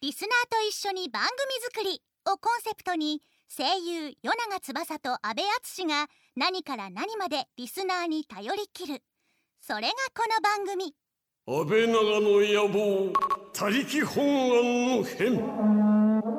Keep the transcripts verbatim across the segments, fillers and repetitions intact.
リスナーと一緒に番組作りをコンセプトに、声優与永翼と阿部淳が何から何までリスナーに頼りきる、それがこの番組。 安倍長の野望他力本願の変。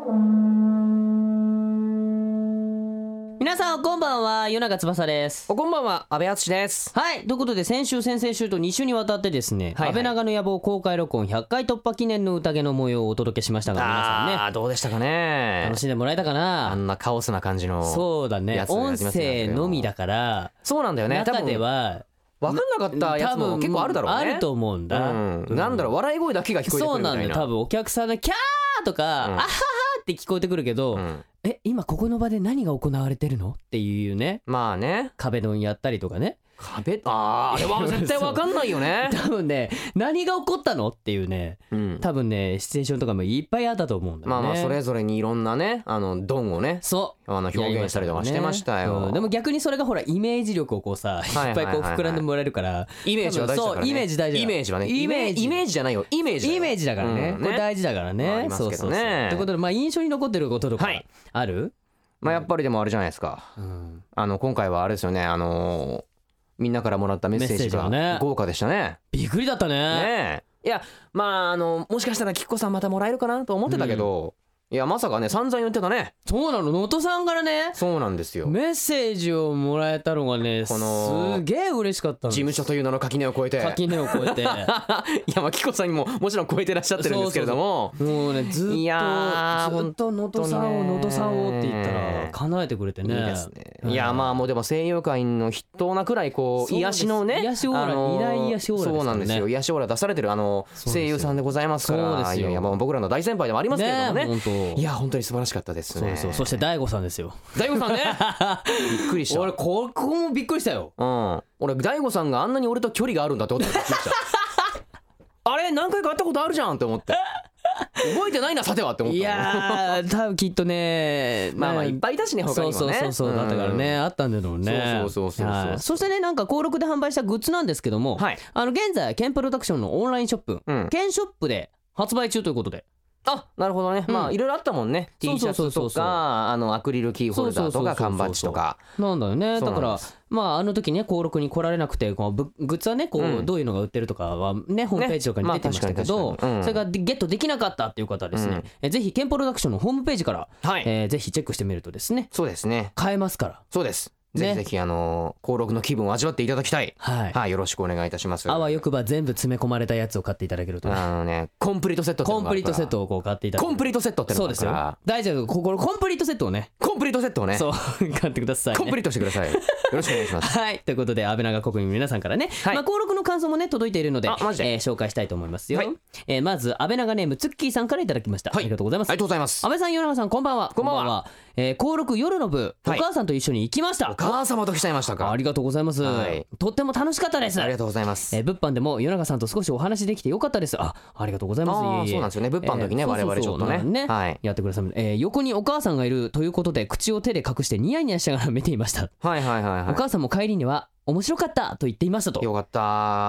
皆さんこんばんは、与永翼です。 おこんばんは、安倍敦です。 はい、ということで先週先々週とに週にわたってですね、はいはい、安倍長の野望公開録音ひゃっかい突破記念の宴の模様をお届けしましたが、皆さんね、 あーどうでしたかね。 楽しんでもらえたかな。 あんなカオスな感じの。 そうだね、音声のみだから。 そうなんだよね。 中では分かんなかったやつも結構あるだろうね。 あると思うんだ、 うんうん、なんだろう、笑い声だけが聞こえてくるみたいな。 そうなんだよ、多分お客さんのキャーとか、うん、あははって聞こえてくるけど、うん、え今ここの場で何が行われてるのっていうね。 まあね、 壁ドンやったりとかね。 壁あーあれは絶対分かんないよね多分ね、何が起こったのっていうね、うん、多分ねシチュエーションとかもいっぱいあったと思うんだよね。 まあまあそれぞれにいろんなね、あのドンをね、そうあの表現したりとかしてましたよ、 ね、うん、でも逆にそれがほらイメージ力をこうさ、いっぱいこう膨らんでもらえるから、 イメージは大事だからね。 そうイメージ大事だ。 イメージはね、イメージイメージじゃないよ、イメージだよ。 イメージだからね、うん、ね、これ大事だからね。ありますけどね。そうそうそう。ということで、まあ印象に残ってることとかある？はい、 まあやっぱりでもあれじゃないですか、うん、あの今回はあれですよね、あのーみんなからもらったメッセージが豪華でしたね。 びっくりだったね。 ねえ、いやまああのもしかしたらキッコさんまたもらえるかなと思ってたけど、うん、いやまさかね、散々言ってたね。 そうなの、能登さんからね。そうなんですよ、メッセージをもらえたのがね、このすげえ嬉しかったの。 事務所という名の垣根を越えて垣根を越えていやまあキッコさんにももちろん超えてらっしゃってるんですけれども、 そうそうそう、もうねずっといやずっと能登さんを能登さんをって言ったら叶えてくれてね。 いいですね、うん、いやまあもうでも声優界の筆頭なくらいこう癒しのね、 癒しオーラ、あのー、未来癒しオーラですからね。 そうなんですよ、癒しオーラ出されてるあの声優さんでございますから。そうですよ。いやいやまあ僕らの大先輩でもありますけれどもね、ね、いや本当に素晴らしかったですね。 そうそう、そして大悟さんですよ。 大悟さんねびっくりした。 俺ここもびっくりしたよ。 うん、俺大悟さんがあんなに俺と距離があるんだって思ってびっくりしたあれ何回か会ったことあるじゃんって思って覚えてないなさてはって思った。 いやー多分きっとねまあまあいっぱいいたしね、他にもね。 そうそうそうそう、うん、だったからね、あったんだろうね。 そうそうそうそうそう。 そしてね、なんか登録で販売したグッズなんですけども、はい、あの現在ケンプロダクションのオンラインショップ、うん、ケンショップで発売中ということで。 あ、なるほどね、うん、まあいろいろあったもんね。 T シャツとかあのアクリルキーホルダーとか缶バッジとかなんだよね。だからまああの時ね登録に来られなくて、こうグッズはねこう、うん、どういうのが売ってるとかはねホームページとかに出てましたけど、ね、まあうん、それがゲットできなかったっていう方はですね、うん、えぜひケンプロダクションのホームページから、はい、えー、ぜひチェックしてみるとですね、 そうですね、 買えますから。 そうです、ぜひぜひあの登録の気分を味わっていただきたい。はい、はい、よろしくお願いいたします。 あわよくば全部詰め込まれたやつを買っていただけると、ね、 あのねコンプリートセットってのがあるから、コンプリートセットをこう買っていただく。 コンプリートセットってのがあるから、そうですよ、 大丈夫、ここコンプリートセットをね、 コンプリートセットをね、 そう買ってください、ね、 コンプリートしてくださいよろしくお願いしますはい、ということで安倍長国民の皆さんからね、はい、まあ、登録の感想もね届いているので、えー、紹介したいと思いますよ、はい、えー、まず安倍長ネームツッキーさんからいただきました、はい、ありがとうございます。 ありがとうございます。 安倍さん、与永さん、こんばんは。 こんばんは。こんばんは。 えー、登録夜の部、はい、お母さんと一緒に行きました。 お母様と来ちゃいましたか。 ありがとうございます、はい、とっても楽しかったです。 ありがとうございます、 えー、物販でも与永さんと少しお話できてよかったです。あ、ありがとうございます。 あ、そうなんですよね、物販の時ね、えー、我々ちょっとね、ね、はい、 やってください、えー、横にお母さんがいるということで口を手で隠してニヤニヤしながら見ていました。 はいはいはい、はい、 お母さんも帰りには面白かったと言っていましたと。 よかった、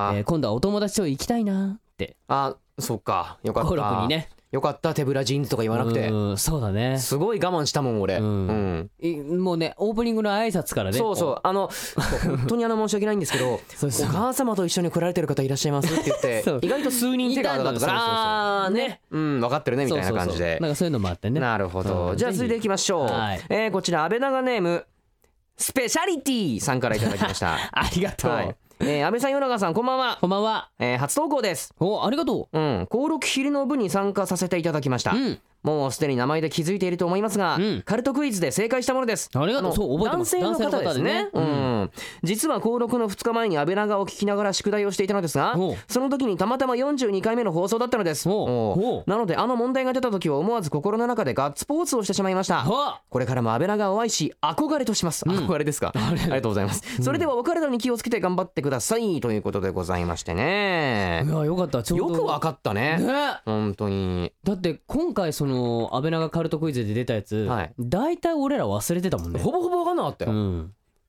えー、今度はお友達と行きたいなって。 あ、そっか、よかった、 登録にね、 よかった、手ぶらジーンズとか言わなくて。 うん、そうだね、 すごい我慢したもん俺、うんうん、もうねオープニングの挨拶からね、 そうそう、あの本当にあの申し訳ないんですけどそうそう、お母様と一緒に来られてる方いらっしゃいますって言って意外と数人手が挙がったから、ああね、うん、分かってるねみたいな感じで、そうそうそう、なんかそういうのもあってね。 なるほど、うん、じゃあ続いていきましょう、はい、えー、こちら安倍長ネームスペシャリティさんからいただきましたありがとう、はい、 えー、安倍さん、与永さん、こんばんは。 こんばんは、 えー、初投稿です。 お、ありがとう。うん、登録昼の部に参加させていただきました。うん、もうすでに名前で気づいていると思いますが、うん、カルトクイズで正解したものです。 ありがとう。そう、覚えてます。 男性の方ですね。うん、実は登録のふつかまえに安倍長を聞きながら宿題をしていたのですが、その時にたまたまよんじゅうにかいめの放送だったのです。なのであの問題が出た時は思わず心の中でガッツポーズをしてしまいました。これからも安倍長を愛し憧れとします。うん、憧れですか。ありがとうございます。それではお体に気をつけて頑張ってくださいということでございましてね。 いや、よかった。ちょうどよくわかったね。ね、本当に。 だって今回その安倍長カルトクイズで出たやつ、はい、大体俺ら忘れてたもんね。 ほぼほぼわかんなかったよ。うん、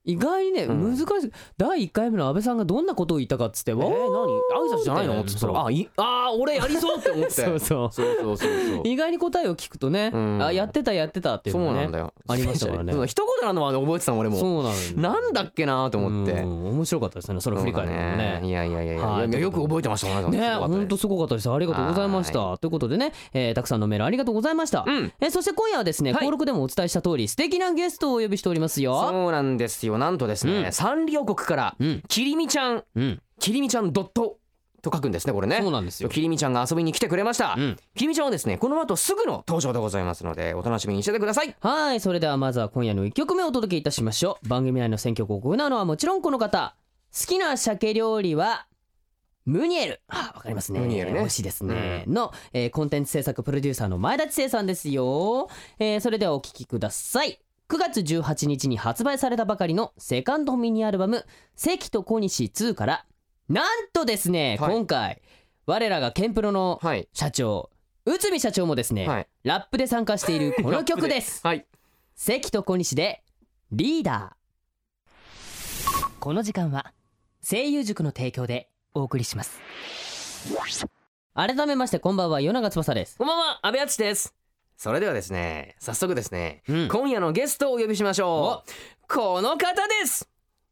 意外にね、 うん難しい。だいいっかいめの安倍さんがどんなことを言ったかっつって、えー、 何挨拶じゃないのって言ったら、あいあー俺やりそうって思ってそうそうそうそうそうそう意外に答えを聞くとね、 うんあやってたやってたっていうのがねそうなんだよありましたからね。 そう一言なのは覚えてたの俺も。 そうなのよ。 なんだっけなと思って。 うん面白かったですね、それ振り返るのもね。 いやいやいやいや、 はいいやよく覚えてましたもんね。 ね、本当すごかったです。ありがとうございましはた。ということでね、えーたくさんのメールありがとうございました。 うんえーそして今夜はですね、 はい登録でもお伝えした通り素敵なゲストをお呼びしておりますよ。 そうなんですよ。なんとですね、 うんサンリオ国からうんきりみちゃん、 うん、 きりみちゃんドットと書くんですねこれね。 そうなんですよ。 きりみちゃんが遊びに来てくれました。 うんきりみちゃんはですねこの後すぐの登場でございますのでお楽しみにしててください。 はい、それではまずは今夜のいっきょくめをお届けいたしましょう。番組内の選曲を行うのはもちろんこの方。好きな鮭料理はムニエル。あ、わかりますね。 ムニエルね美味しいですね。の、えーコンテンツ制作プロデューサーの前田知世さんですよ。えーそれではお聴きください。くがつじゅうはちにちに発売されたばかりのセカンドミニアルバム「関と小西ツー」からなんとですね、 はい今回我らがケンプロのはい社長内海社長もですね、 はいラップで参加しているこの曲ですはい関と小西でリーダー。この時間は声優塾の提供でお送りします。改めましてこんばんは、与永翼です。 こんばんは、阿部淳です。それではですね早速ですね、 うん今夜のゲストをお呼びしましょう。この方です。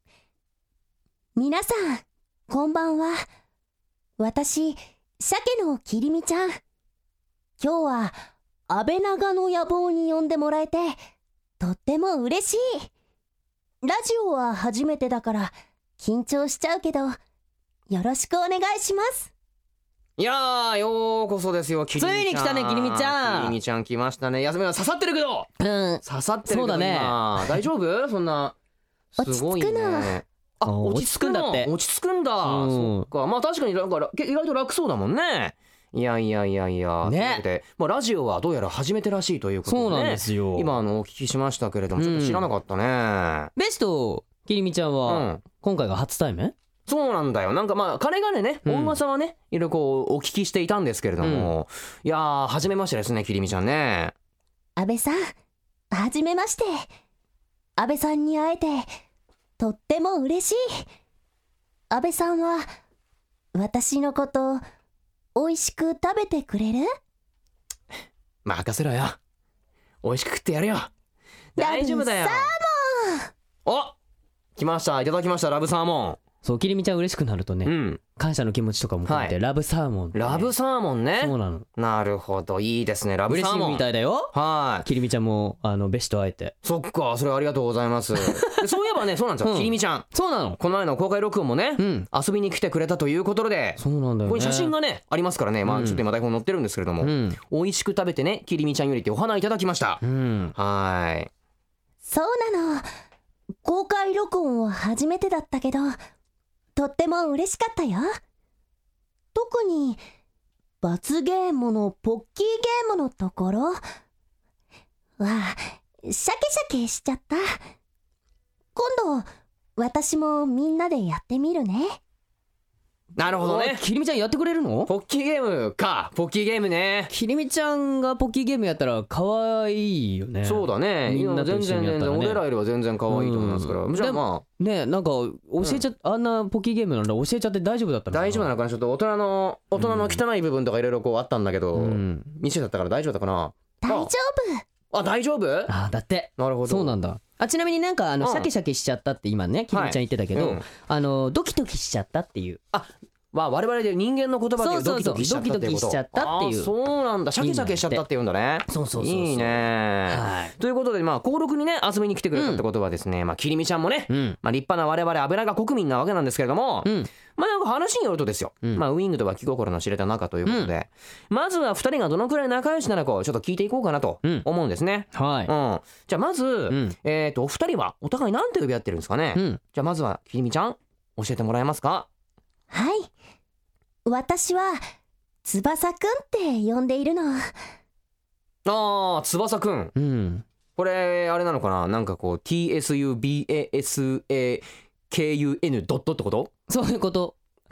皆さんこんばんは。私鮭のきりみちゃん。今日は安倍長の野望に呼んでもらえてとっても嬉しい。ラジオは初めてだから緊張しちゃうけどよろしくお願いします。 いやーようこそですよ。きりみちゃんついに来たねきりみちゃんきりみちゃん来ましたね。休みは刺さってるけどうん刺さってるけどそうだね今大丈夫そんなすごいね。 落ち着くなああ落ち着くんだって。落ち着くんだ。 うんそっか。まあ確かになんか意外と楽そうだもんね。いやいやいやいや。 ねということで、まあラジオはどうやら初めてらしいということで、ね。 そうなんですよ。 今あのお聞きしましたけれどもちょっと知らなかったね。 ベストきりみちゃんうはん。 今回が初対面？ そうなんだよ。なんかまあかねがねね、 うんお噂はねいろいろこうお聞きしていたんですけれども、いやー初めましてですねきりみちゃんね。 安倍さんはじめまして。安倍さんに会えてとっても嬉しい。安倍さんは私のこと美味しく食べてくれる？ 任せろよ。美味しく食ってやるよ。大丈夫だよ。 ラブサお、来ました。いただきましたラブサーモそう、きりみちゃん嬉しくなるとね、 ン。うん。 感謝の気持ちとかも込めて、 はいラブサーモンってね、 ラブサーモンね。 そうなの。 なるほど、いいですね。ラブ嬉しいサーモン。 みたいだよ。 はい。 きりみちゃんもあのベシと会えて。 そっか、それありがとうございます。でそういえばね、そうなんですよ。 うんきりみちゃん。 そうなの。 この前の公開録音もね、 うん。 遊びに来てくれたということで、 そうなんだよね。 ここに写真がね、ありますからね。まあうんちょっと今台本載ってるんですけれども、 うん。 美味しく食べてね、きりみちゃんよりってお花いただきましたう。ん。 はーい。 そうなの。公開録音は初めてだったけどとっても嬉しかったよ。特に罰ゲームのポッキーゲームのところはシャケシャケしちゃった。今度私もみんなでやってみるね。 なるほどね。 きりみちゃんやってくれるの？ ポッキーゲームか。ポッキーゲームね。 きりみちゃんがポッキーゲームやったら可愛いよね。 そうだね。 みんなと全一緒にやったらね然全然俺らよりは全然可愛いと思いますから。 うんじゃあまあね、なんか教えちゃ、あんなポッキーゲームなんだ教えちゃって大丈夫だったのかな？ 大丈夫なのかな。ちょっと大人の大人の汚い部分とかいろいろこうあったんだけど、 うん。 店だったから大丈夫だったかな。 大丈夫。 あ、大丈夫？ あ、だって。 なるほど。 そうなんだ。あ、ちなみになんかあのうんシャキシャキしちゃったって今ねきりみちゃん言ってたけど、 うんあのドキドキしちゃったっていう。 まあ我々で人間の言葉でドキドキしちゃったっていうこと。 そうそうそうドキドキしちゃったっていうあそうなんだ。シャキシャキしちゃったって言うんだね。 そうそうそうそういいね。 はい。 ということでまあ登録にね遊びに来てくれたってことはですね、まあきりみちゃんもね、 うん。 まあ立派な我々油が国民なわけなんですけれども、 うん。 まあなんか話によるとですよ、 うんまあウィングとは気心の知れた仲ということで、まずはふたりがどのくらい仲良しなのかをちょっと聞いていこうかなとうん思うんですね。 はい。 うん、じゃあまず、 んえっ、とお二人はお互いなんて呼び合ってるんですかね。 うん。 じゃあまずはきりみちゃん教えてもらえますか。 はい。私は翼くんって呼んでいるの。 ああ翼くん。 うん。 これあれなのかな。なんかこう ティーエスユービーエーエスエーケーユーエヌ ドットってこと？ そういうこと。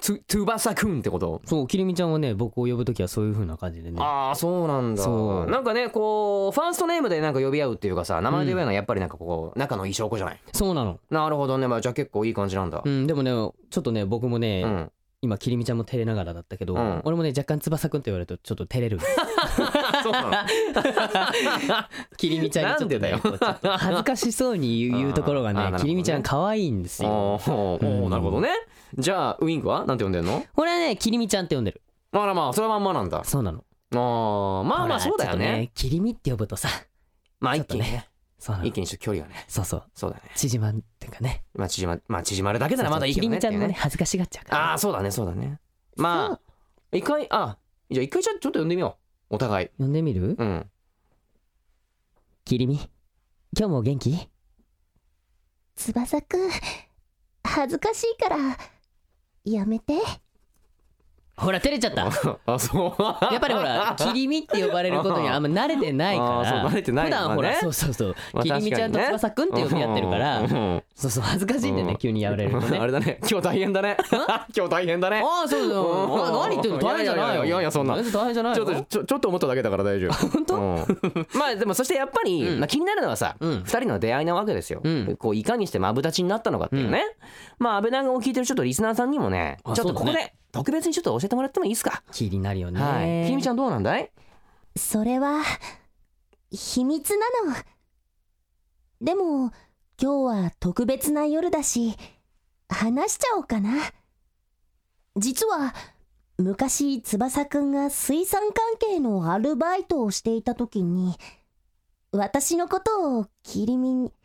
つ翼くんってこと？ そう、きりみちゃんはね僕を呼ぶときはそういう風な感じでね。 ああそうなんだ。なんかねこうファーストネームでなんか呼び合うっていうかさ、名前で呼び合うのはやっぱりなんかこう仲のいい証拠じゃない？ そうなの。 なるほどね。まあじゃあ結構いい感じなんだ。 うん、でもねちょっとね僕もね、 うん今きりみちゃんも照れながらだったけど、うん、俺もね若干翼くんって言われるとちょっと照れるそうなのきりみちゃんにちょっとね恥ずかしそうに言う、言うところがねきりみちゃん可愛いんですよ。 おお、なるほどね。じゃあウインクはなんて呼んでんの？ 俺はねきりみちゃんって呼んでる。 あらまあそれはまんまなんだ。 そうなの。 あまあまあそうだよね。 きりみって呼ぶとさまあ一気にねそうなの。 一気にちょっと距離がね。 そうそうそうだね。 縮まってかね。 まあ縮ままあ縮まるだけならまだいいけどね。 きりみちゃんもね恥ずかしがっちゃうから、ね。 ああそうだねそうだね。まあ一回あじゃあ一回ちょっと呼んでみようお互い。 呼んでみる？ うん。 きりみ今日も元気？ 翼くん恥ずかしいからやめて。 ほら照れちゃった。 あそうやっぱりほらきりみって呼ばれることにあんま慣れてないからそう慣れてない、 普段ほら、ね、そうそうそう、まあ、きりみちゃんと翼くんって呼び合ってるから、うん、そうそう恥ずかしいんだよね、うん、急にやられるとね。 あれだね今日大変だね今日大変だね。 ああそうだよ、あ何言ってんの大変じゃないよ。 いやいやそんな大変じゃないよ。 ちょっとちょちょっと思っただけだから大丈夫。 本当、うん、 まあでもそしてやっぱり、うんまあ、気になるのはさ、うん、ふたりの出会いなわけですよ、うん、こういかにしてマブダチになったのかっていうね、うん、まあ安倍長を聞いてるちょっとリスナーさんにもねちょっとここで特別にちょっと教えてもらってもいいですか？ 気になるよね。 はい。きりみちゃんどうなんだい？ それは秘密なの。でも今日は特別な夜だし話しちゃおうかな。実は昔翼くんが水産関係のアルバイトをしていた時に私のことをきりみに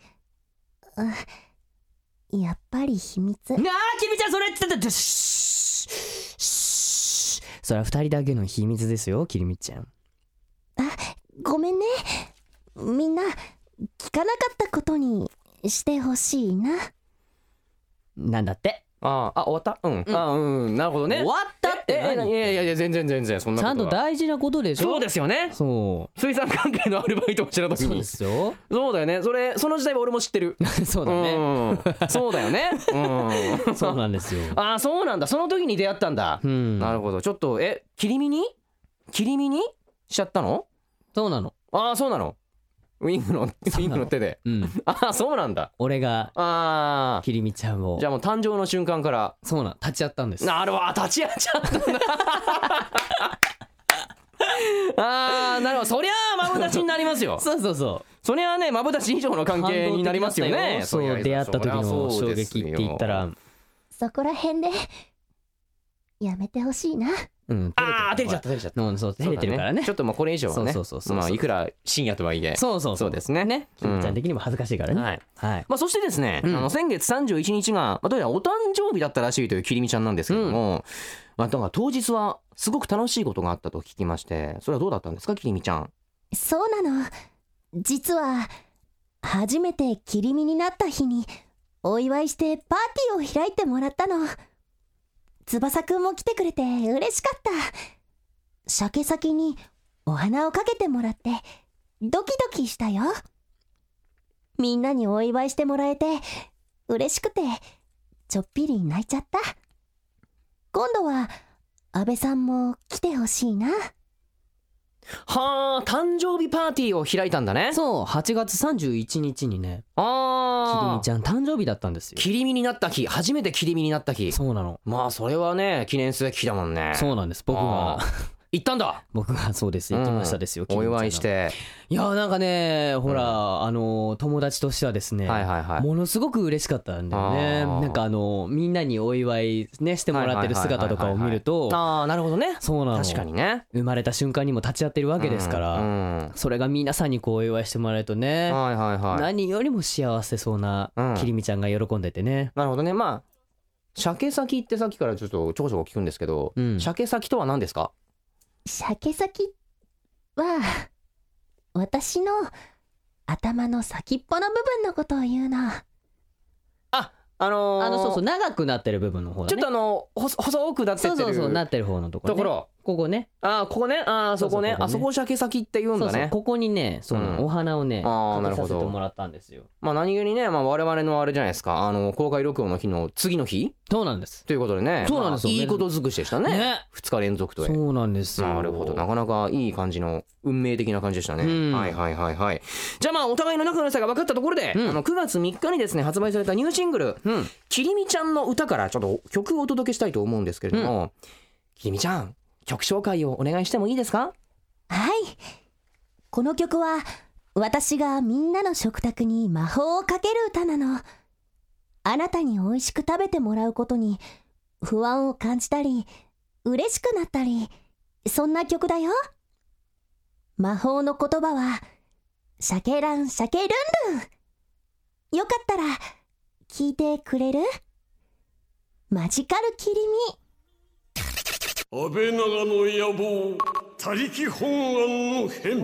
やっぱり秘密。 なあきみちゃんそれって言ってた。それは二人だけの秘密ですよきりみちゃん。 あごめんね。みんな聞かなかったことにしてほしいな。 なんだって。 ああ終わった。うん、うん、あうんなるほどね。 終わったって何？ いやいやいや全然全然そんなことはちゃんと大事なことでしょ。 そうですよね。 そう水産関係のアルバイトをしてた時に。 そうですよ。 そうだよね。それその時代は俺も知ってるそうだね、 うん、そうだよね、うん、 そうなんですよ。 ああそうなんだ。その時に出会ったんだ、うん、なるほど。ちょっとえ切り身に切り身にしちゃったの？ そうなの。 ああそうなの。ウィングのウィングの手で、うん、ああそうなんだ。俺があきりみちゃんをじゃあもう誕生の瞬間からそうなん立ち会ったんです。 なるほど立ち会っちゃったんだああなるほど。そりゃあマブダチになりますよそうそうそうそりゃあねマブダチ以上の関係になりますよね。 そう出会った時の衝撃って言ったらそこら辺でやめてほしいな。 うん、 ああ照れちゃった照れちゃった。 うんそう照れてるからね。 ちょっともうこれ以上はねそうそうそうそうまあいくら深夜とはいえそうそうそうですねねきみちゃん的にも恥ずかしいからね。はいはい。 まあそしてですねあの先月さんじゅういちにちがどうやらお誕生日だったらしいというきりみちゃんなんですけどもまあだから当日はすごく楽しいことがあったと聞きましてそれはどうだったんですかきりみちゃん？ そうなの。実は初めてきりみになった日にお祝いしてパーティーを開いてもらったの。翼くんも来てくれて嬉しかった。鮭先にお花をかけてもらってドキドキしたよ。みんなにお祝いしてもらえて嬉しくてちょっぴり泣いちゃった。今度は安倍さんも来てほしいな。 はあ誕生日パーティーを開いたんだね。 そうはちがつさんじゅういちにちにねあきりみちゃん誕生日だったんですよ。 きりみになった日初めてきりみになった日。 そうなの。 まあそれはね記念すべき日だもんね。 そうなんです。僕が行ったんだ。 僕がそうです行きましたですよ、うん、 お祝いして。 いやなんかねほら、うん、あの友達としてはですね、はいはいはい、ものすごく嬉しかったんだよね。なんかあのみんなにお祝いねしてもらってる姿とかを見るとああなるほどね。 そうなの。 確かにね生まれた瞬間にも立ち会ってるわけですから、うんうん、それが皆さんにこうお祝いしてもらえるとね、はいはいはい、何よりも幸せそうなきりみちゃんが喜んでてね、 うん、なるほどね。まあ鮭先ってさっきからちょっとちょこちょこ聞くんですけど、うん、鮭先とは何ですか？ 鮭先は私の頭の先っぽの部分のことを言うの。 ああのー、 あのそうそう長くなってる部分の方だね。 ちょっとあの細くなってってるそうそうそうなってる方のところ、ね、 ところここね、 あーここね、あーそこね、 そうそうここねあそこ鮭先って言うんだね。 そうそうここにねその、 うんお花をねあーかけさせてなるほどもらったんですよ。 まあ何気にね、まあ、我々のあれじゃないですか、あの公開録音の日の次の日そうなんです。 ということでね、 そうなんですよまあいいこと尽くしでしたね。 ねふつか連続とへ。 そうなんですよ。 なるほど、なかなかいい感じの運命的な感じでしたね。 うんはいはいはいはい。じゃあまあお互いの仲の良さが分かったところで、 うんあのくがつみっかにですね発売されたニューシングルうん 「きりみちゃんの歌」からちょっと曲をお届けしたいと思うんですけれども、きりみちゃん曲紹介をお願いしてもいいですか？ はい。この曲は私がみんなの食卓に魔法をかける歌なの。あなたに美味しく食べてもらうことに不安を感じたり嬉しくなったり、そんな曲だよ。魔法の言葉はシャケランシャケルンルン。よかったら聞いてくれる？マジカル切り身。 安倍長の野望他力本願の変。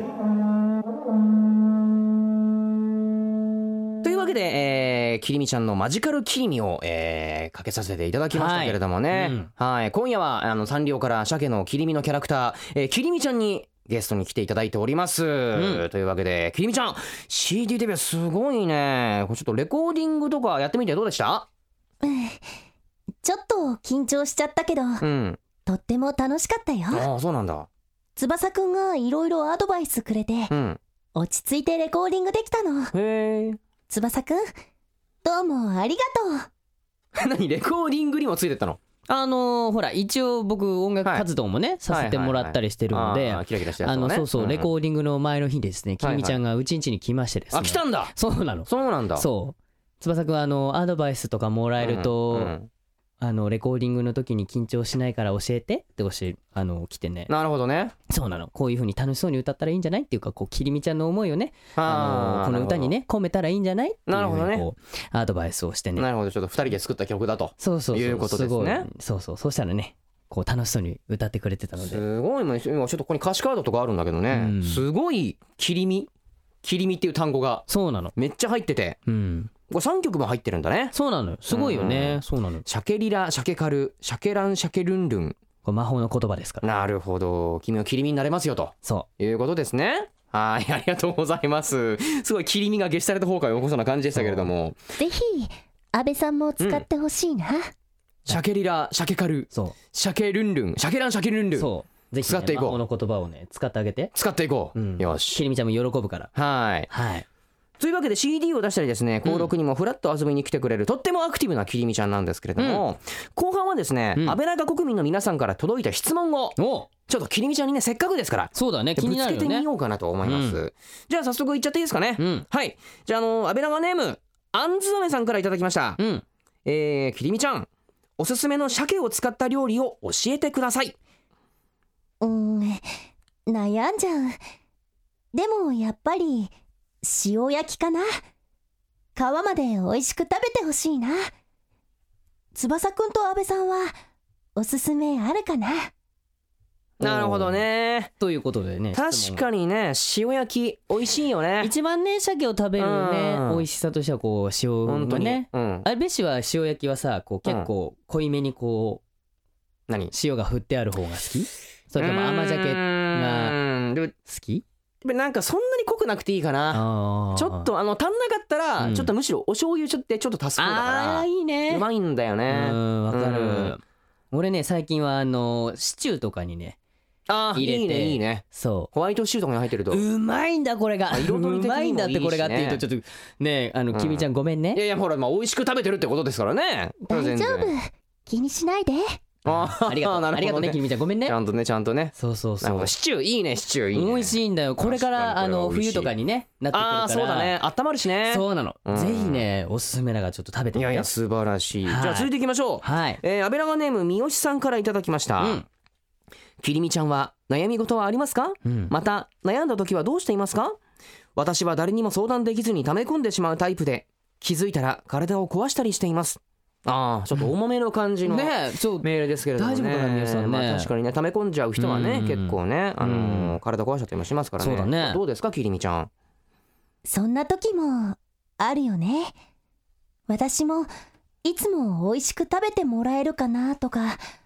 というわけで、えー、きりみちゃんのマジカルきりみを、えー、かけさせていただきましたけれどもね、 はいうんはい、今夜はあのサンリオから鮭のきりみのキャラクター、えー、きりみちゃんにゲストに来ていただいております、 んというわけできりみちゃん シーディー デビューすごいね。これちょっとレコーディングとかやってみてどうでした？ ちょっと緊張しちゃったけど、 うんとっても楽しかったよ。 ああそうなんだ。 翼くんがいろいろアドバイスくれて、 うん落ち着いてレコーディングできたの。 へえ翼くん、どうもありがとう。 何レコーディングにもついてったの？ あのーほら一応僕音楽活動もね、させてもらったりしてるので、 あーキラキラしたやつあとかねのそうそう、 んんレコーディングの前の日ですね、きりみちゃんがうちんちに来ましてですね。 あ来たんだ。 そうなの。 そうなんだ。 そう翼くんあのアドバイスとかもらえると、 うんうんあのレコーディングの時に緊張しないから教えてって教えあの来てね。 なるほどね。 そうなの。こういう風に楽しそうに歌ったらいいんじゃないっていうか、こうきりみちゃんの思いをね、 あーあのこの歌にね込めたらいいんじゃないっていうなるほどねこうアドバイスをしてね。 なるほど、ちょっとふたりで作った曲だと。 そうそうそう。 いうことですねごいそうそう。そうしたらね、こう楽しそうに歌ってくれてたので。 すごい、今ちょっとここに歌詞カードとかあるんだけどね、 うんすごい切り身切り身っていう単語がそうなの。 めっちゃ入ってて、 うん。 これさんきょくも入ってるんだね。 そうなのよ。すごいよね。そうなの。こシャケリラシャケカルシャケランシャケルンルン。 れ魔法の言葉ですから。 なるほど、君は切り身になれますよとそいうことですね。はい、ありがとうございます。すごい切り身がゲシュタルト崩壊を起こそうな感じでしたけれども、 ぜひ安倍さんも使ってほしいな。 シャケリラシャケカルう。そシャケルンルンシャケランシャケルンルう。 ンそう。ぜひ、ね、 使っていこう魔法の言葉をね使ってあげて。 使っていこう、 うんきよし。 りみちゃんも喜ぶから。 はい。 はい。 というわけで シーディー を出したりですね、登録にもフラッと遊びに来てくれるとってもアクティブなきりみちゃんなんですけれども、後半はですね、 うん安倍長国民の皆さんから届いた質問をお、 ちょっときりみちゃんにね、せっかくですからそうだね。気にぶつけてみなるよね。 ようかなと思います、 うじゃあ早速いっちゃっていいですかね、 うん。 はい。じゃあ、あの安倍長ネームあんず豆さんからいただきました、 うん。 えー、きりみちゃんおすすめの鮭を使った料理を教えてください。 うーん、悩んじゃう。でもやっぱり塩焼きかな。皮まで美味しく食べてほしいな。翼くんと安倍さんはおすすめあるかな？ なるほどね。 ということでね。 確かにね、塩焼き美味しいよね。 一番ね鮭を食べるねうん美味しさとしてはこう塩本当にがね。 うん。 あれべしは塩焼きはさこう結構濃いめにこう何？ 塩が振ってある方が好き？それとも甘鮭うーんでも好き？ なんかそんなに濃くなくていいかな。 あーちょっとあの足んなかったら、 うんちょっとむしろお醤油ちょっとちょっと足す方だかあーいいね。 らうまいんだようね。 んわかる、 うん俺ね最近はあのシチューとかにねあー入れていいねいいね。 そホワイトシチューとかに入ってると。 ううまいんだこれがあ彩り的にもうまいんだってこれがっていうといいしねちょっとねあのうんきみちゃんごめんねいやいやほらまあ美味しく食べてるってことですからね。 大丈夫全然。、 気にしないで。 あありがとうなるほどねありがとうねきみちゃんごめんねちゃんとねちゃんとね。 そうそうそうなるほど。シチューいいねシチューいいね。 美味しいんだよこれから確かあのにこれは美味しい冬とかにねなってくるからああそうだね。温まるしね。 そうなの、 うんぜひねおすすめだからちょっと食べてみて。 いやいや素晴らしい。 はいじゃあ続いていきましょう。 はいえー、安倍長ネーム三好さんからいただきました。 うんきりみちゃんは悩み事はありますか？ うんまた悩んだ時はどうしていますか？私は誰にも相談できずに溜め込んでしまうタイプで、気づいたら体を壊したりしています。ああちょっと重めの感じのメねえそうールですけれどもね。 大丈夫かな皆さんねまあ、確かにね溜め込んじゃう人はね、 うん結構ね、あのーうん体壊しちゃったりもしますからね。 そうだねどうですかきりみちゃん？ そんな時もあるよね。私もいつも美味しく食べてもらえるかなとか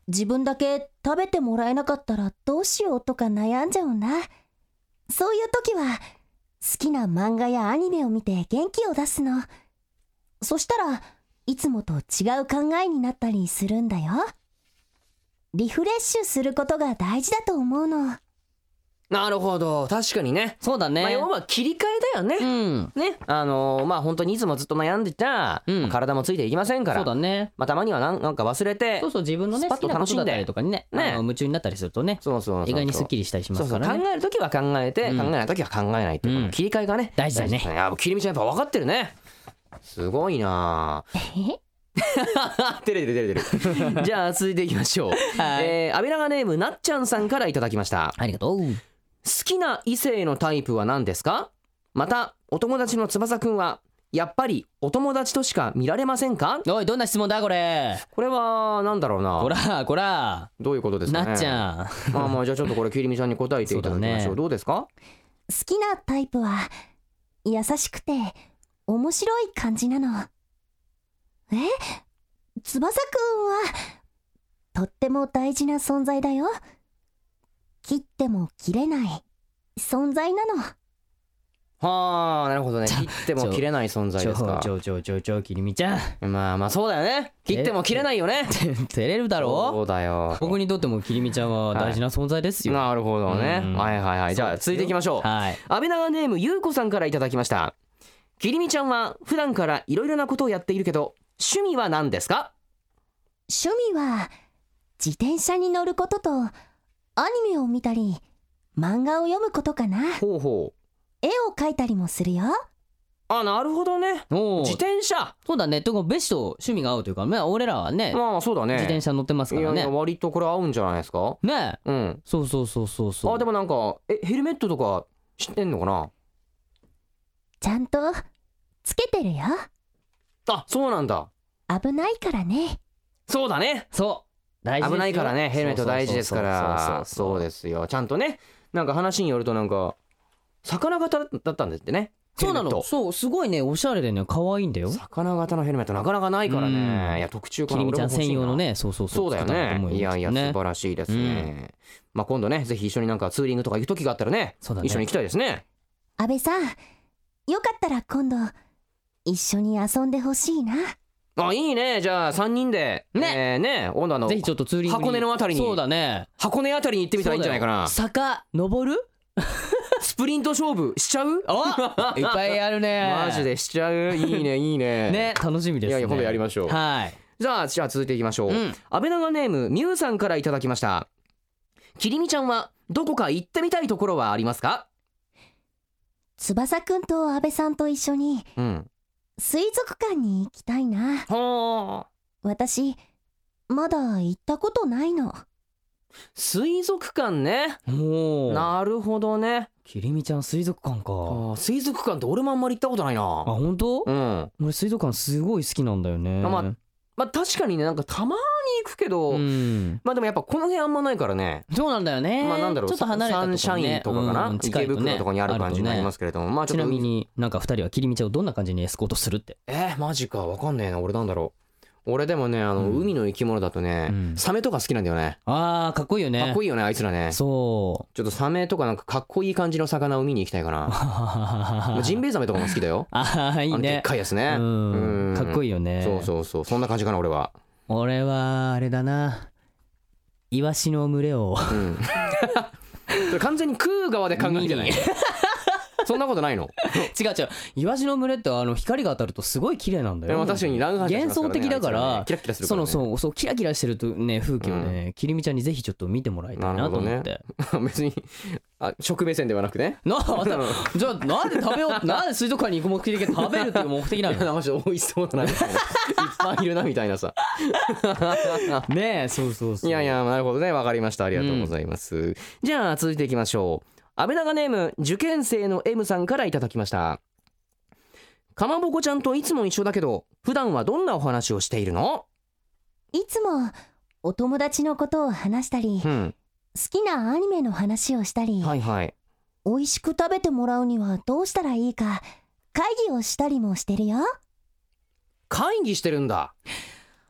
自分だけ食べてもらえなかったらどうしようとか悩んじゃうな。そういう時は好きな漫画やアニメを見て元気を出すの。そしたらいつもと違う考えになったりするんだよ。リフレッシュすることが大事だと思うの。 なるほど、確かにね。 そうだね、 まあ、要は切り替えだよね、 うん、 ね、あのー、まあ本当にいつもずっと悩んでたら、うん、体もついていきませんから。 そうだね、 まあ、たまにはなんなんか忘れて、 そうそう、自分のね好きなことだったりとかにね、ね、あの夢中になったりするとね、そうそうそうそう、意外にスッキリしたりしますからね。 そうそう、考えるときは考えて、うん、考えないときは考えないっていう、うん、切り替えがね大事だね。 いや、きりみちゃんやっぱ分かってるね。すごいな照れてる照れてるじゃあ続いていきましょう、はい、えー、アビラガネームなっちゃんさんからいただきました。 ありがとう。 好きな異性のタイプは何ですか？またお友達の翼くんはやっぱりお友達としか見られませんか？ おい、どんな質問だこれ。 これはなんだろうな。 こらこら、 どういうことですかね。 なっちゃんまあまあ、じゃあちょっとこれきりみちゃんに答えていただきましょう。う、ね、どうですか？ 好きなタイプは優しくて面白い感じなの。え？翼くんはとっても大事な存在だよ。切っても切れない存在なの。 はあ、なるほどね。切っても切れない存在ですか。 ちょちょちょちょきりみちゃん。まあまあそうだよね。切っても切れないよね。 照れるだろう。 そうだよ。 僕にとってもきりみちゃんは大事な存在ですよ。 はい、なるほどね。はいはいはい。じゃあ続いていきましょう。はい。安倍長ネームゆうこさんからいただきました。きりみちゃんは普段からいろいろなことをやっているけど、趣味は何ですか？ 趣味は自転車に乗ることとアニメを見たり漫画を読むことかな。 ほうほう。 絵を描いたりもするよ。 あ、なるほどね。自転車。 そうだね。とベシと趣味が合うというか、まあ俺らはね、まあそうだね、自転車乗ってますからね。いやいや、 割とこれ合うんじゃないですかね。うん、そうそうそうそうそう。 あ、でもなんかえヘルメットとか知ってんのかな？ ちゃんとつけてるよ。 あ、そうなんだ。 危ないからね。 そうだね。 そう大事ですよ。 危ないからね。ヘルメット大事ですから。そうですよ。ちゃんとね。なんか話によるとなんか魚型だったんですってね。 そうなの。そう、すごいね、おしゃれでね、可愛いんだよ。 魚型のヘルメットなかなかないからね。いや、特注かな。 きりみちゃん専用のね。そうそうそう。 そうだよね。いやいや、素晴らしいですね。まあ今度ね、ぜひ一緒になんかツーリングとか行く時があったらね、一緒に行きたいですね。 安倍さん、よかったら今度一緒に遊んでほしいな。 あ、いいね。じゃあさんにんでね、えー、ね、今度あのぜひちょっとツーリング箱根のあたりに。 そうだね。 箱根あたりに行ってみたらいいんじゃないかな。 坂登る？ スプリント勝負しちゃう？ あ、いっぱいあるね。 マジでしちゃう。いいねいいね。 ね、楽しみですね。 いやいや、今度やりましょう。はい。じゃあじゃあ続いていきましょう。うん、安倍長ネームみゆさんからいただきました。きりみちゃんはどこか行ってみたいところはありますか？ 翼くんと安倍さんと一緒に、うん、水族館に行きたいな。はあ。私まだ行ったことないの。 水族館ね。お、なるほどね。 きりみちゃん水族館か。 あ、水族館って俺もあんまり行ったことないな。あ、 本当？うん。俺水族館すごい好きなんだよね。 まあ、まあ確かにね、なんかたまに行くけど、うん、まあでもやっぱこの辺あんまないからね。 そうなんだよね。 まあなんだろう、 ちょっと離れたところね、 サンシャインとかかな、うん、池袋とかにある感じになりますけれども、ね、まあちょっとちなみになんかふたりはきりみちゃんをどんな感じにエスコートするって？ えー、マジか、わかんねえな。俺なんだろう。俺でもね、あの、うん、海の生き物だとね、うん、サメとか好きなんだよね。 あー、かっこいいよね。 かっこいいよね、あいつらね。そう。ちょっとサメとかなんかかっこいい感じの魚を見に行きたいかな。ジンベエザメとかも好きだよ。 あー、いいね。 でっかいやつね。 うん。かっこいいよね。 そうそうそう。そんな感じかな、俺は。 俺は、あれだな。イワシの群れを。うん。 それ完全に食う側で考えてんじゃない？そんなことないの？ 違う違う。イワシの群れってあの光が当たるとすごい綺麗なんだよ。 確かに乱反射しますからね。 幻想的だから、 キラキラするからね。 そうそうそう、キラキラしてるとね、風景をね、きりみちゃんにぜひちょっと見てもらいたいなと思って。 別にあ、食目線ではなくね。 なじゃあなんで食べよう、なんで水族館に行く目的で食べるっていう目的なの？ なんか美味しそうだなみたいな。いっぱいいるなみたいなさ。 ねえ、そうそうそう。 いやいや、なるほどね、わかりました。ありがとうございます。じゃあ続いていきましょう。安倍長ネーム受験生の M さんからいただきました。かまぼこちゃんといつも一緒だけど普段はどんなお話をしているの？ いつもお友達のことを話したり、うん、好きなアニメの話をしたり、はいはい、美味しく食べてもらうにはどうしたらいいか会議をしたりもしてるよ。 会議してるんだ。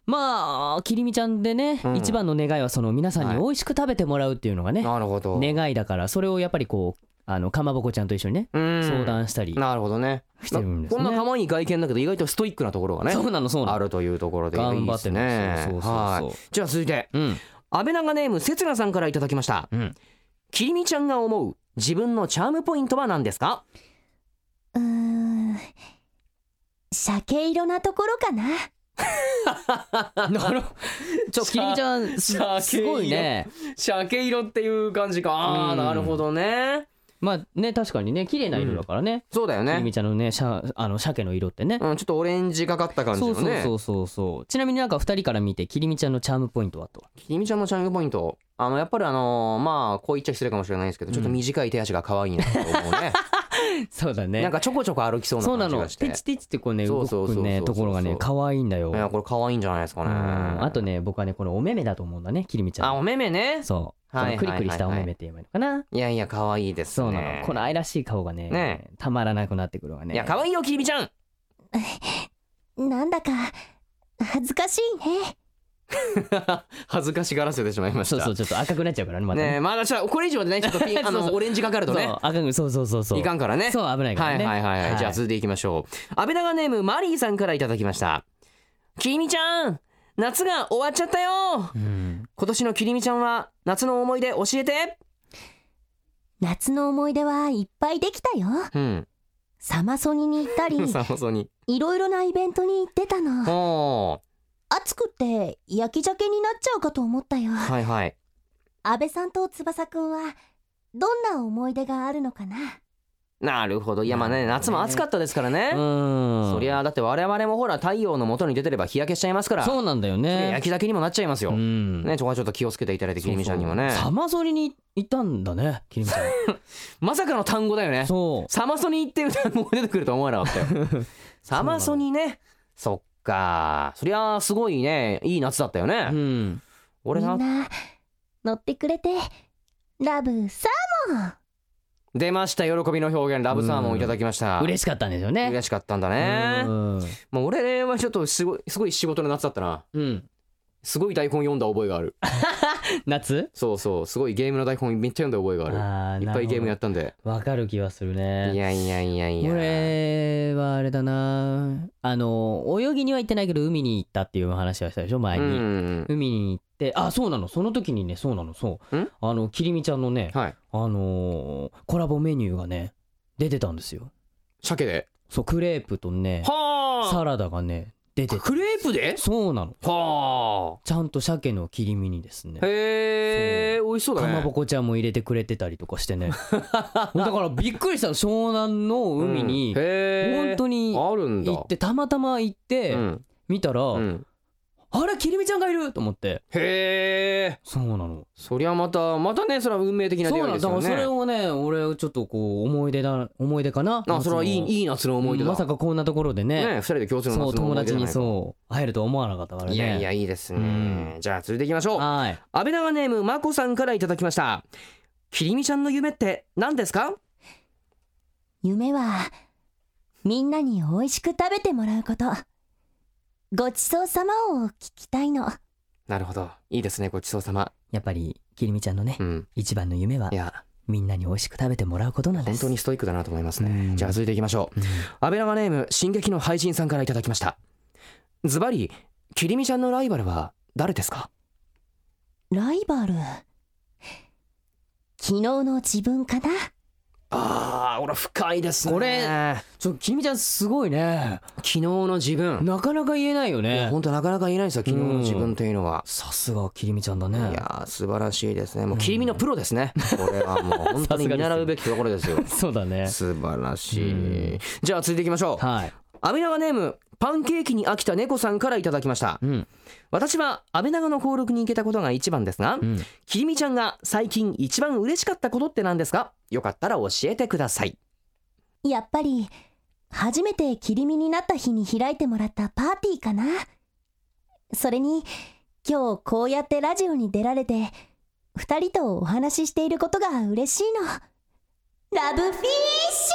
まあきりみちゃんでね、うん、一番の願いはその皆さんに美味しく食べてもらうっていうのがね、 なるほど、 願いだから、それをやっぱりこうあのかまぼこちゃんと一緒にね相談したり、 なるほどね、 してるんですね。 こんな可愛い外見だけど意外とストイックなところがね、 そうなのそうなのあるというところでいいですね。 頑張ってます。そうそうそう、はい、 じゃあ続いて、うん、安倍長ネームせつなさんからいただきました、うん、きりみちゃんが思う自分のチャームポイントは何ですか？ うーん、鮭色なところかな。 なるほど。ちょきりみちゃんすごいね。 鮭色っていう感じか。ああ、なるほどね。 まあね、確かにね、綺麗な色だからね、うん、 そうだよね。 きりみちゃんのね、しゃあの鮭の色ってね、 うん、ちょっとオレンジがかった感じのね。 そうそうそうそう。ちなみになんかふたりから見てきりみちゃんのチャームポイントはと。 きりみちゃんのチャームポイント、あのやっぱりあのー、まあこう言っちゃ失礼かもしれないんですけど、ちょっと短い手足が可愛いなと思うね。 そうだね。 なんかちょこちょこ歩きそうな感じがして。 そうなの。テチテチってこうね動くねところがね可愛いんだよ。 いやこれ可愛いんじゃないですかね。 あとね、僕はねこのお目目だと思うんだね、きりみちゃん。 あ、お目目ね。 そう。はい、クリクリしたお目目って言えばいいのかな。 いやいや可愛いですね。 そうなの。この愛らしい顔がね、ねたまらなくなってくるわね。 いや可愛いよきりみちゃん。 なんだか恥ずかしいね。 恥ずかしがらせてしまいました。 そうそう、ちょっと赤くなっちゃうからね、またね。 ねえ、まだちょっとこれ以上でね、ちょっとピンあのオレンジがかるとね、 そう赤く、そうそうそうそう、 いかんからね。 そう、危ないからね。 はいはいはい、はい、じゃあ続いていきましょう。安倍長ネームマリーさんからいただきました。きりみちゃん、夏が終わっちゃったよ、うん、今年のきりみちゃんは夏の思い出教えて。 夏の思い出はいっぱいできたよ、うん、サマソニに行ったりサマソニいろいろなイベントに行ってたの。暑くって焼き鮭になっちゃうかと思ったよ。 はいはい。 安倍さんと翼くんはどんな思い出があるのかな。 なるほど。いやまあね、夏も暑かったですからね。うん、そりゃだって我々もほら太陽の元に出てれば日焼けしちゃいますから。 そうなんだよね。 焼き鮭にもなっちゃいますよ、うん、ね。そこはちょっと気をつけていただいて、きりみちゃんにもね。 サマソニに行ったんだね、きりみちゃん。 まさかの単語だよね。そう、サマソニ行ってる単語が出てくると思わなかったよ。サマソニね。そっか、そりゃすごいね、いい夏だったよね、うん、 俺なみんな乗ってくれてラブサーモン出ました。喜びの表現、ラブサーモンいただきました。 嬉しかったんですよね。 嬉しかったんだね。もう俺はちょっとすごいすごい仕事の夏だったな、うん、すごい台本読んだ覚えがある。 夏？ そうそう、すごいゲームの台本めっちゃ読んだ覚えがある。いっぱいゲームやったんでわかる気はするね。 いやいやいやいや、 俺はあれだな、あの泳ぎには行ってないけど海に行ったっていう話はしたでしょ前に、うん、海に行って、あ、そうなの、その時にね、そうなの、そうあのきりみちゃんのね、はい、あのー、コラボメニューがね出てたんですよ。 鮭で？そう、 クレープとねサラダがね出てた。 クレープで？ そうなの。はあ。ちゃんと鮭の切り身にですね。 へえ、美味しそうだね。 かまぼこちゃんも入れてくれてたりとかしてね。だからびっくりした。湘南の海に、うん、本当に行って、たまたま行って、うん、見たら、うん、あれきりみちゃんがいると思って。 へえ。 そうなの。 そりゃまたまたね、それは運命的な出会いですよね。 そうなんだからそれをね、俺はちょっとこう思い出だ思い出かな。 あ、それはいいいい夏の思い出だ。 まさかこんなところでね。 ね、ふたりで共通の夏の思い出。 そう、友達にそう会えるとは思わなかったからね。 いやいや、いいですね。うん、じゃあ続いていきましょう。はい。安倍長ネームまこさんからいただきました。きりみちゃんの夢って何ですか？ 夢はみんなに美味しく食べてもらうこと。ごちそうさまを聞きたいの。 なるほど、いいですね、ごちそうさま。 やっぱりきりみちゃんのね、うん、一番の夢はいやみんなに美味しく食べてもらうことなんです。 本当にストイックだなと思いますね。じゃあ続いていきましょう。安倍長ネーム進撃の配信さんからいただきました。ズバリきりみちゃんのライバルは誰ですか？ ライバル、昨日の自分かな。 あー、俺深いですね。 これちょきりみちゃんすごいね。 昨日の自分、 なかなか言えないよね。 本当なかなか言えないですよ、昨日の自分というのは。 さすがきりみちゃんだね。 いやー、素晴らしいですね。もうきりみのプロですね、これはもう本当に見習うべきところですよ。 そうだね、 素晴らしい。じゃあ続いていきましょう。はい。安倍長ネームパンケーキに飽きた猫さんからいただきました、うん、私は安倍長の登録に行けたことが一番ですが、うん、きりみちゃんが最近一番嬉しかったことって何ですか？よかったら教えてください。 やっぱり初めてきりみになった日に開いてもらったパーティーかな。それに今日こうやってラジオに出られて二人とお話ししていることが嬉しいの。ラブフィッシ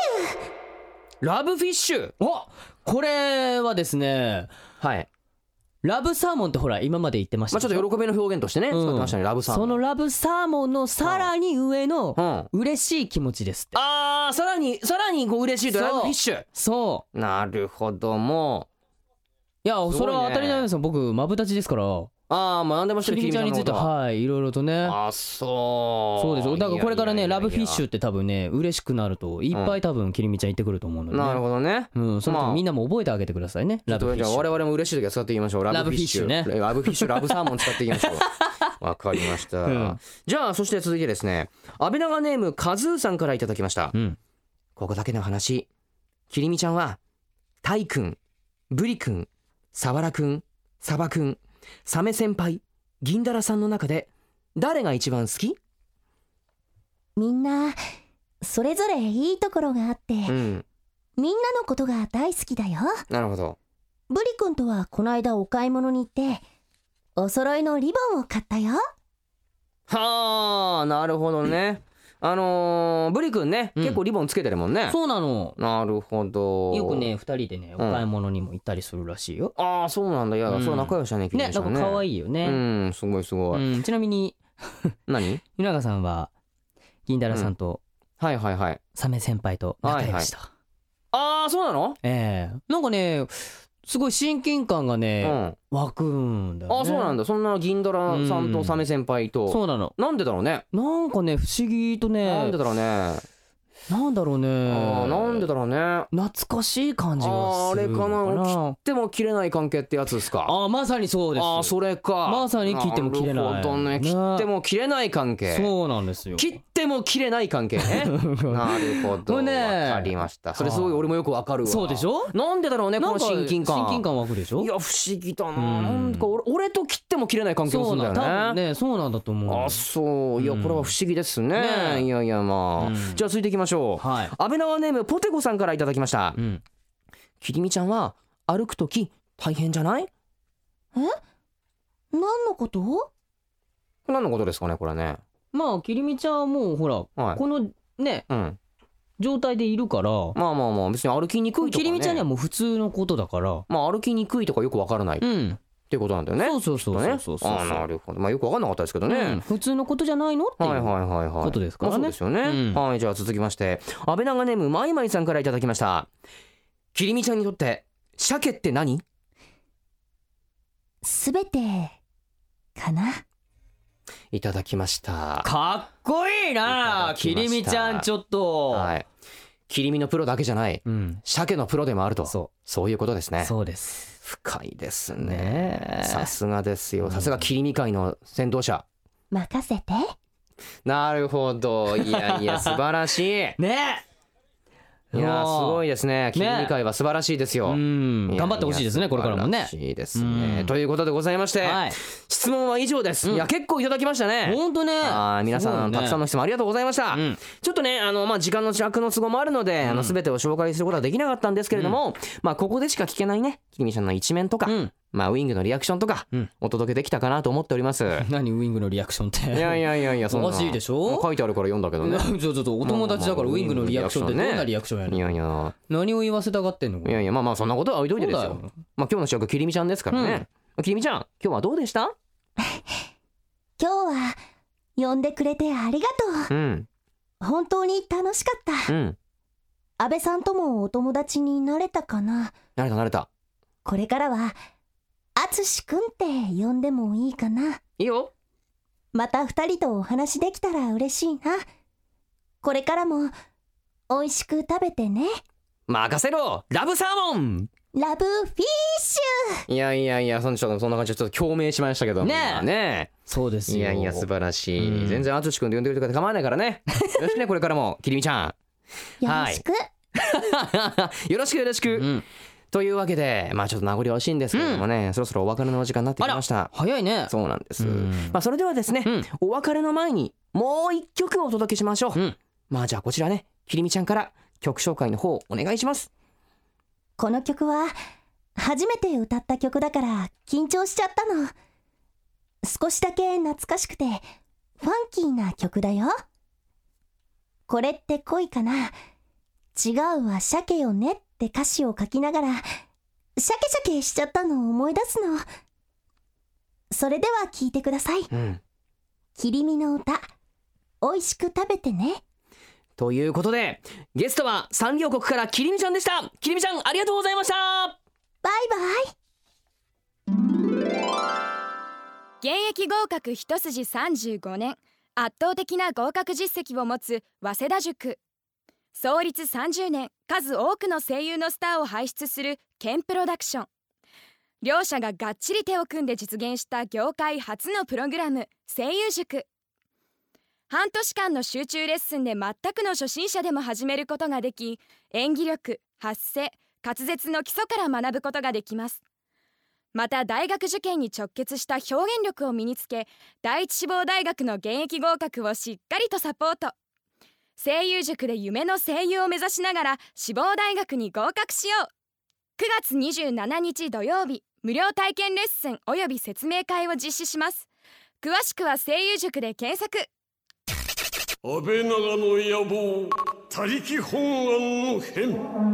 ュ。 ラブフィッシュ。 お、これはですね、 はい、 ラブサーモンってほら今まで言ってました、 まあ、ちょっと喜びの表現としてね、うん、使ってましたね、ラブサーモン。 そのラブサーモンのさらに上の嬉しい気持ちですって、 うん、あーさらにさらにこう嬉しいとラブフィッシュ。 そうなるほど。もういや、ね、それは当たり前ですよ。僕マブダチですから。 ああ、学んでましたね、 きりみちゃんについてはいろいろとね。 あ、そうそうですよ。だからこれからねラブフィッシュって多分ね嬉しくなるといっぱい多分きりみちゃん言ってくると思うので、ね、 なるほどね。 うん、その時みんなも覚えてあげてくださいね、まあ、ラブフィッシュ。 じゃあ我々も嬉しい時は使っていきましょう。ラブフィッシュね。ラブフィッシュ、ラブサーモン使っていきましょう。わかりました、うん、じゃあそして続いてですね、安倍長ネームカズーさんからいただきました、うん、ここだけの話、きりみちゃんはタイくん、ブリくん、サワラくん、サバくん、サメ先輩、銀だらさんの中で誰が一番好き？ みんなそれぞれいいところがあって、うん、みんなのことが大好きだよ。 なるほど。 ブリ君とはこの間お買い物に行ってお揃いのリボンを買ったよ。 はあ、なるほどね。あのー、ブリ君ね、うん、結構リボンつけてるもんね。 そうなの。 なるほど。 よくねふたりでねお買い物にも行ったりするらしいよ、 うん、ああそうなんだ。いや、うん、それ仲良しだね、 ね。ね、なんか可愛いよね。 うん、すごいすごい、 うん、ちなみに何湯永さんは銀だらさんと、 うん、はいはいはい、 サメ先輩と仲良しと、はいはい、 ああそうなの。 ええー、なんかねすごい親近感がね、うん、湧くんだよね。 あ、そうなんだ。そんな銀だらさんとサメ先輩と、うん、 そうなの。 なんでだろうね。 なんかね不思議とね。 なんでだろうね。 なんだろうね。 あ、なんでだろうね。 懐かしい感じがするのかな。 あれかな。切っても切れない関係ってやつですか。 あ、まさにそうです。 あ、それか。 まさに切っても切れない。 なるほどね。切っても切れない関係。 そうなんですよ。 切っても切れない関係ね。なるほど。ね、わかりました。それすごい俺もよくわかるわ。 そうでしょ。 なんでだろうね、この親近感。 親近感湧くでしょ。 いや不思議だな。なんか俺俺と切っても切れない関係もするんだよね。 多分ね、そうなんだと思う。 あ、そう。いやこれは不思議ですね。いやいやまあ。じゃあ続いていきましょう。はい。安倍長ネームポテコさんからいただきました、うん、きりみちゃんは歩くとき大変じゃない？ え？何のこと？ 何のことですかねこれね。 まあきりみちゃんはもうほら、はい、このね、うん、状態でいるから、 まあまあまあ別に歩きにくいとかね、 きりみちゃんにはもう普通のことだから、 まあ歩きにくいとかよくわからない、うん、っていうことなんだよね。 そうそうそうそうそうそう。 あ、なるほど。まあよくわかんなかったですけどね、うん、 普通のことじゃないのっていうことですからね。 まあ、そうですよね、うん、はい。じゃあ続きまして安倍長ネームまいまいさんからいただきました。きりみちゃんにとって鮭って何？ すべてかな。 いただきました。 かっこいいなきりみちゃん。ちょっと、 はい、切り身のプロだけじゃない、うん、鮭のプロでもあると。そう、そういうことですね。 そうです。 深いですね。さすがですよ。さすが切り身界の先導者。 任せて。 なるほど。いやいや素晴らしいね。 いやすごいですね。切り身界は素晴らしいですよ。 ね、うん頑張ってほしいですねこれからもね。 素晴らしいですね。ということでございまして、はい、質問は以上です、うん、いや結構いただきましたね。 本当ね。 あ皆さん、ね、たくさんの質問ありがとうございました、うん、ちょっとねあの、まあ、時間の尺の都合もあるので、うん、あの全てを紹介することはできなかったんですけれども、うん、まあここでしか聞けないねきりみちゃんの一面とか、うんまあウィングのリアクションとかお届けできたかなと思っております、うん、 何ウィングのリアクションって。 いやいやいやいやそんなおかしいでしょ。 書いてあるから読んだけどね。 ちょっとお友達だからウィングのリアクションってどんなリアクションやねん。いやいや何を言わせたがってんの。 いやいやまあまあそんなことは置いといてですよ。まあ今日の主役きりみちゃんですからね、うん、きりみちゃん今日はどうでした？ 今日は呼んでくれてありがとう、うん、本当に楽しかった、うん、安倍さんともお友達になれたかな。 なれたなれた。 これからはあつしくんって呼んでもいいかな。 いいよ。 また二人とお話できたら嬉しいな。これからも美味しく食べてね。 任せろラブサーモン。 ラブフィッシュ。 いやいやいやそんな感じでちょっと共鳴しましたけどねえね。 そうですよ。 いやいや素晴らしい、うん、全然あつしくんで呼んでくれて構わないからね。よろしくねこれからもきりみちゃんよろしく、 はい、よろしくよろしく、うんというわけでまあちょっと名残惜しいんですけれどもね、うん、そろそろお別れのお時間になってきました。 早いね。 そうなんです、まあそれではですね、うん、お別れの前にもう一曲お届けしましょう、うん、まあじゃあこちらねきりみちゃんから曲紹介の方お願いします。 この曲は初めて歌った曲だから緊張しちゃったの。少しだけ懐かしくてファンキーな曲だよ。これって恋かな、違うわ鮭よねって歌詞を書きながらシャケシャケしちゃったのを思い出すの。 それでは聞いてください。 うん。 切り身の歌、おいしく食べてね。 ということでゲストは産業国からきりみちゃんでした。きりみちゃんありがとうございました。 バイバイ。 現役合格一筋さんじゅうごねん、圧倒的な合格実績を持つ早稲田塾。創立さんじゅうねん、数多くの声優のスターを輩出するケンプロダクション。両者ががっちり手を組んで実現した業界初のプログラム、声優塾。半年間の集中レッスンで全くの初心者でも始めることができ、演技力、発声、滑舌の基礎から学ぶことができます。また大学受験に直結した表現力を身につけ、第一志望大学の現役合格をしっかりとサポート。声優塾で夢の声優を目指しながら志望大学に合格しよう。くがつにじゅうしちにち土曜日、無料体験レッスンおよび説明会を実施します。詳しくは声優塾で検索。 安倍長の野望、他力本願の変。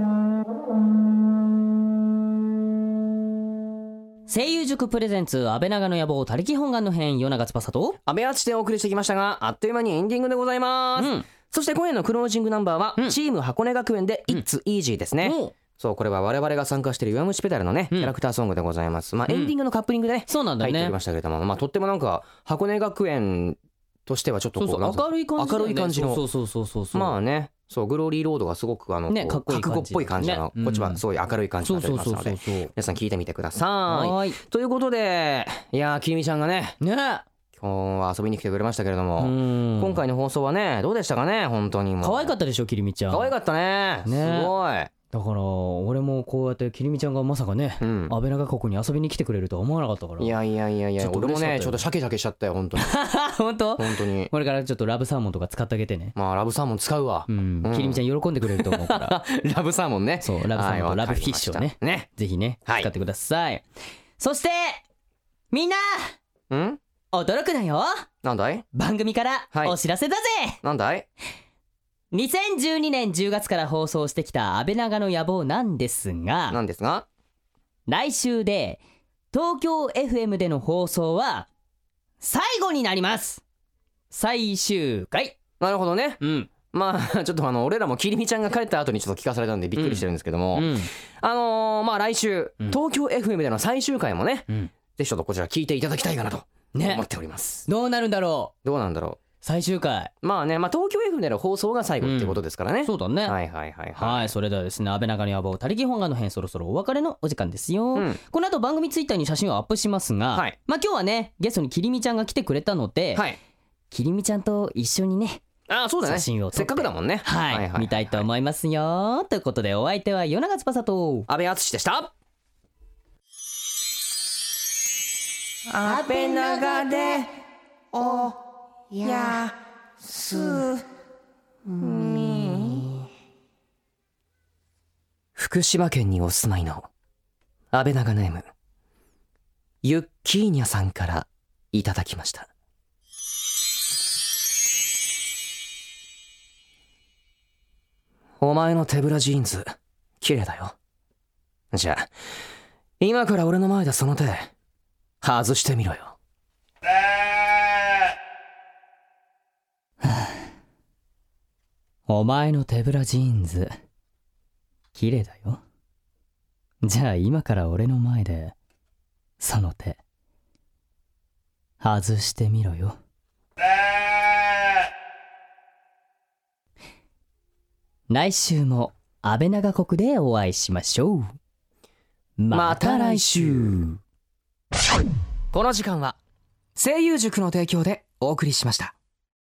声優塾プレゼンツ安倍長の野望他力本願の編、与永翼と安倍敦でお送りしてきましたが、あっという間にエンディングでございます、うん、そして今夜のクロージングナンバーは、うん、チーム箱根学園で It's Easy ですね、うん、そうこれは我々が参加している弱虫ペダルのね、うん、キャラクターソングでございます。まあ、エンディングのカップリングでね、 そうなんだよね、 入っておりましたけれども、まあ、とってもなんか箱根学園としてはちょっとこう、 そうそう明るい感じだよね、 明るい感じの、 そうそうそうそうそう、 まあね、そうグローリーロードがすごくあの、ね、かっこいい感じ、覚悟っぽい感じの、ね、こっちはすごい明るい感じになっておりますので、皆さん聞いてみてください。はいということで、いやーきりみちゃんがねね今日は遊びに来てくれましたけれども、今回の放送はねどうでしたかね。本当にもう可愛かったでしょきりみちゃん。 可愛かった ね, ねすごい。 だから俺もこうやってきりみちゃんがまさかね、うん、安倍長国に遊びに来てくれるとは思わなかったから。 いやいやいやいや俺もねちょっとシャケシャケしちゃったよ本当に本当本当にこれからちょっとラブサーモンとか使ってあげてね。 まあラブサーモン使うわ、 うんうん、きりみちゃん喜んでくれると思うからラブサーモンね。 そうラブサーモンとラブフィッシュをねねぜひね使ってください、はい、そしてみんなん驚くなよ。 なんだい。 番組からお知らせだぜ、はい、 なんだい。 にせんじゅうにねんじゅうがつから放送してきた安倍長の野望なんですがなんですが来週で東京 エフエム での放送は最後になります。最終回。 なるほどね。 うんまあちょっとあの俺らもきりみちゃんが帰った後にちょっと聞かされたんでびっくりしてるんですけども、うんうん、あのー、まあ来週、うん、東京 エフエム での最終回もね、うん、ぜひちょっとこちら聞いていただきたいかなと思っております、 ね、どうなるんだろう。 どうなんだろう最終回。 まあね、まあ、東京 エフエム での放送が最後ってことですからね、うん、 そうだね。 はいはいはいはい、 はい、それではですね安倍長の野望他力本願の編そろそろお別れのお時間ですよ、うん、この後番組ツイッターに写真をアップしますが、はい、まあ今日はねゲストにきりみちゃんが来てくれたので、はい、きりみちゃんと一緒にねあそうだね写真をせっかくだもんね、 はい、はいはいはいはい、見たいと思いますよ。ということでお相手は与永翼と安倍敦でした。安倍長でおやすみ。福島県にお住まいの安倍長ネームユッキーニャさんからいただきました。お前の手ぶらジーンズ綺麗だよ。じゃあ今から俺の前でその手外してみろよ。 お前の手ぶらジーンズ綺麗だよ。じゃあ今から俺の前でその手外してみろよ。来週も安倍長国でお会いしましょう。また来週。 この時間は声優塾の提供でお送りしました。